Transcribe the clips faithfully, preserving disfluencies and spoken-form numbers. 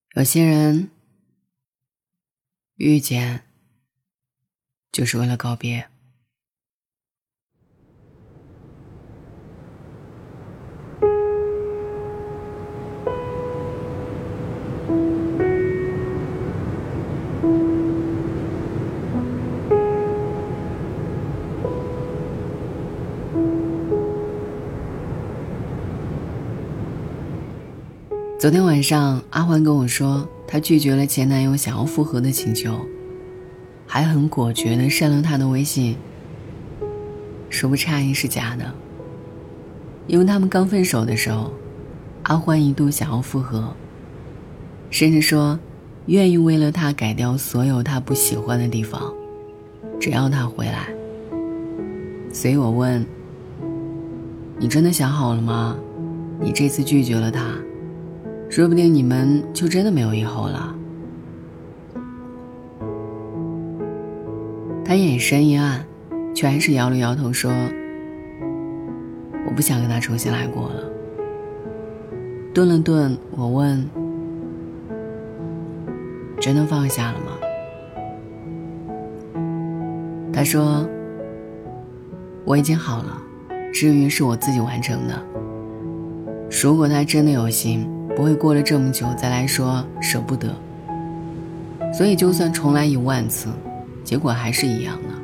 有些人遇见就是为了告别。昨天晚上阿欢跟我说，他拒绝了前男友想要复合的请求，还很果决地删了他的微信，说不诧异是假的。因为他们刚分手的时候，阿欢一度想要复合，甚至说愿意为了他改掉所有他不喜欢的地方，只要他回来。所以我问，你真的想好了吗？你这次拒绝了他，说不定你们就真的没有以后了。他眼神一暗，却还是摇了摇头说，我不想跟他重新来过了。顿了顿，我问，真的放下了吗？他说，我已经好了，至于是我自己完成的。如果他真的有心，不会过了这么久再来说舍不得，所以就算重来一万次，结果还是一样的。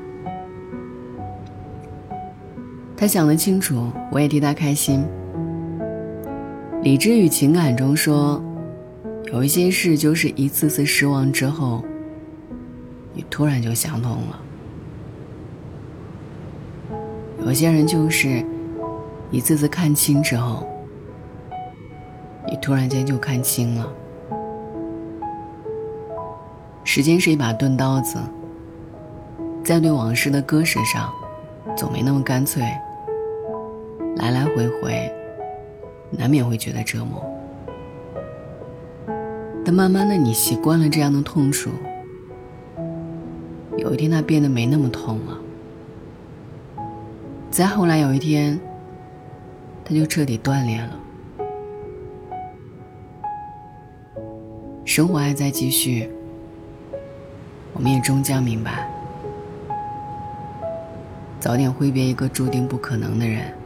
他想得清楚，我也替他开心。理智与情感中说，有一些事就是一次次失望之后，你突然就想通了。有些人就是一次次看清之后，你突然间就看清了。时间是一把钝刀子，在对往事的割舍上总没那么干脆，来来回回难免会觉得折磨。但慢慢的你习惯了这样的痛楚，有一天它变得没那么痛了，再后来有一天它就彻底断裂了。生活还在继续，我们也终将明白，早点挥别一个注定不可能的人，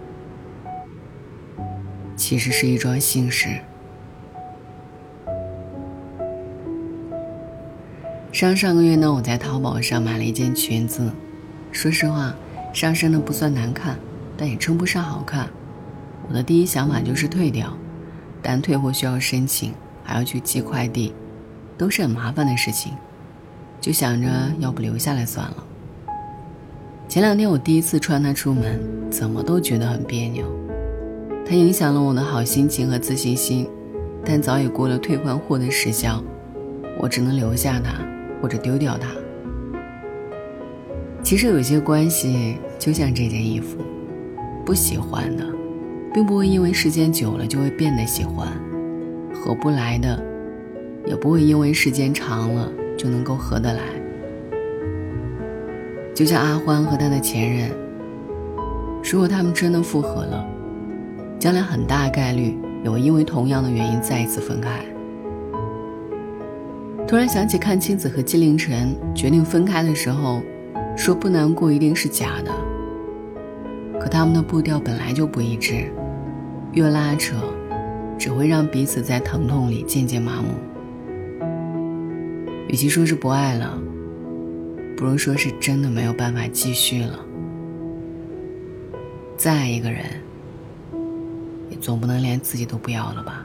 其实是一桩幸事。上上个月呢，我在淘宝上买了一件裙子，说实话，上身的不算难看，但也称不上好看。我的第一想法就是退掉，但退货需要申请，还要去寄快递，都是很麻烦的事情，就想着要不留下来算了。前两天我第一次穿它出门，怎么都觉得很别扭，它影响了我的好心情和自信心，但早已过了退换货的时效，我只能留下它或者丢掉它。其实有些关系就像这件衣服，不喜欢的并不会因为时间久了就会变得喜欢，合不来的也不会因为时间长了就能够合得来。就像阿欢和他的前任，如果他们真的复合了，将来很大概率也会因为同样的原因再一次分开。突然想起阚清子和纪凌尘决定分开的时候说不难过一定是假的，可他们的步调本来就不一致，越拉扯只会让彼此在疼痛里渐渐麻木。与其说是不爱了，不如说是真的没有办法继续了。再爱一个人，也总不能连自己都不要了吧。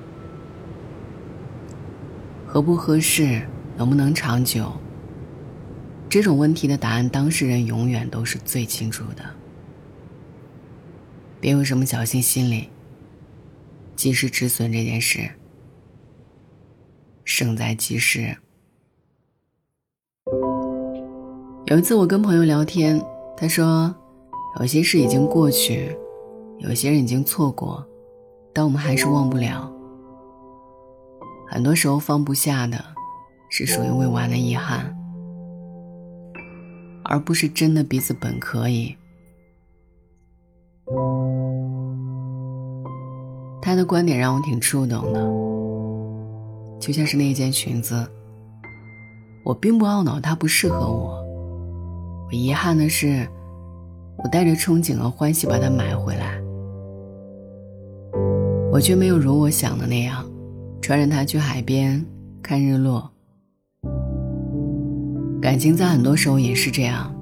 合不合适，能不能长久，这种问题的答案当事人永远都是最清楚的。别有什么侥幸心理，及时止损这件事胜在及时。有一次我跟朋友聊天，他说有些事已经过去，有些人已经错过，但我们还是忘不了。很多时候放不下的是属于未完的遗憾，而不是真的彼此本可以。他的观点让我挺触动的。 就像是那件裙子，我并不懊恼它不适合我，我遗憾的是我带着憧憬和欢喜把它买回来，我却没有如我想的那样穿着它去海边看日落。感情在很多时候也是这样，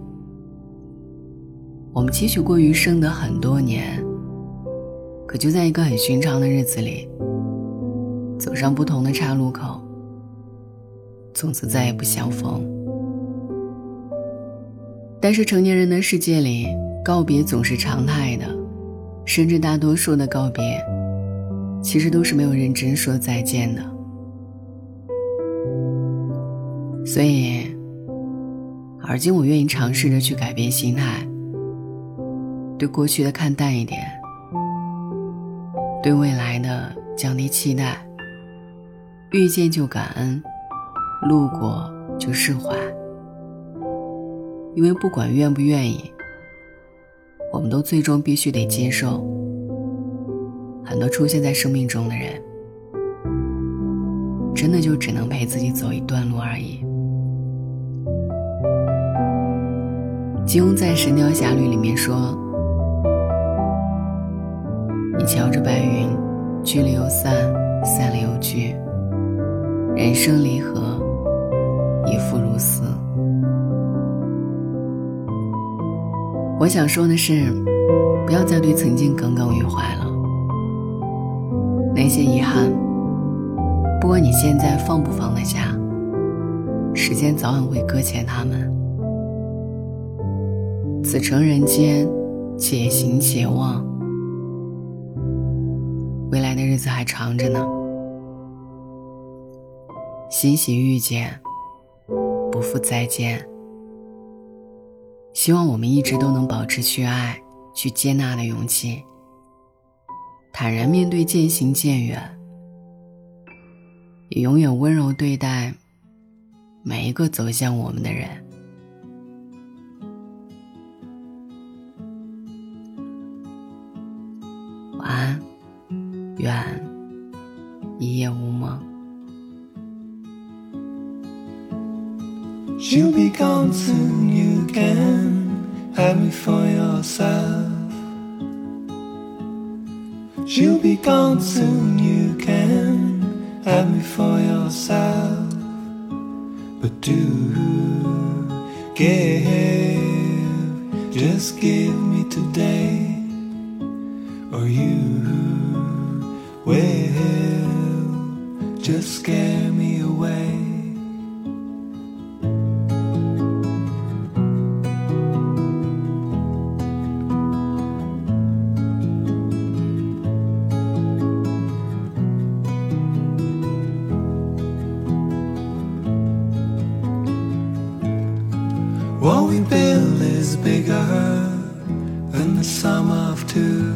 我们期许过余生的很多年，可就在一个很寻常的日子里走上不同的岔路口，从此再也不相逢。但是成年人的世界里，告别总是常态的，甚至大多数的告别其实都是没有认真说再见的。所以而今我愿意尝试着去改变心态，对过去的看淡一点，对未来的降低期待，遇见就感恩，路过就释怀。因为不管愿不愿意，我们都最终必须得接受很多出现在生命中的人真的就只能陪自己走一段路而已。金庸在《神雕侠侣》里面说，你瞧着白云，聚了又散，散了又聚，人生离合，亦复如斯。我想说的是，不要再对曾经耿耿于怀了，那些遗憾，不管你现在放不放得下，时间早晚会搁浅他们。此诚人间，且行且忘，未来的日子还长着呢。欣喜遇见，不负再见。希望我们一直都能保持去爱、去接纳的勇气，坦然面对渐行渐远，也永远温柔对待每一个走向我们的人。晚安，愿一夜无梦。 She'll be gone soon, you can have me for yourself. She'll be gone soon, you can have me for yourself. But do give, just give me today, or you will just scare me away. What we build is bigger than the sum of two.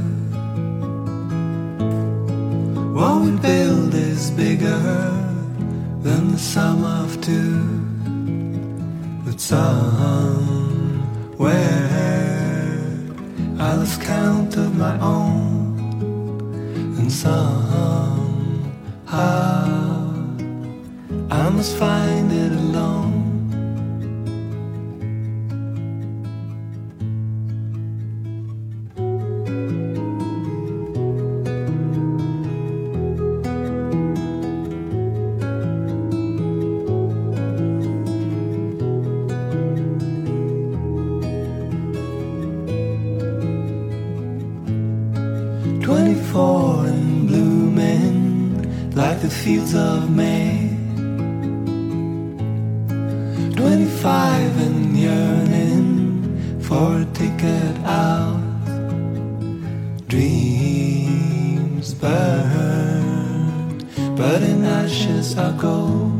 What we build is bigger than the sum of two. But somewhere I lost count of my own, and somehow I must find it alone. Twenty-four and blooming like the fields of May. Twenty-five and yearning for a ticket out. Dreams burn, but in ashes are gold.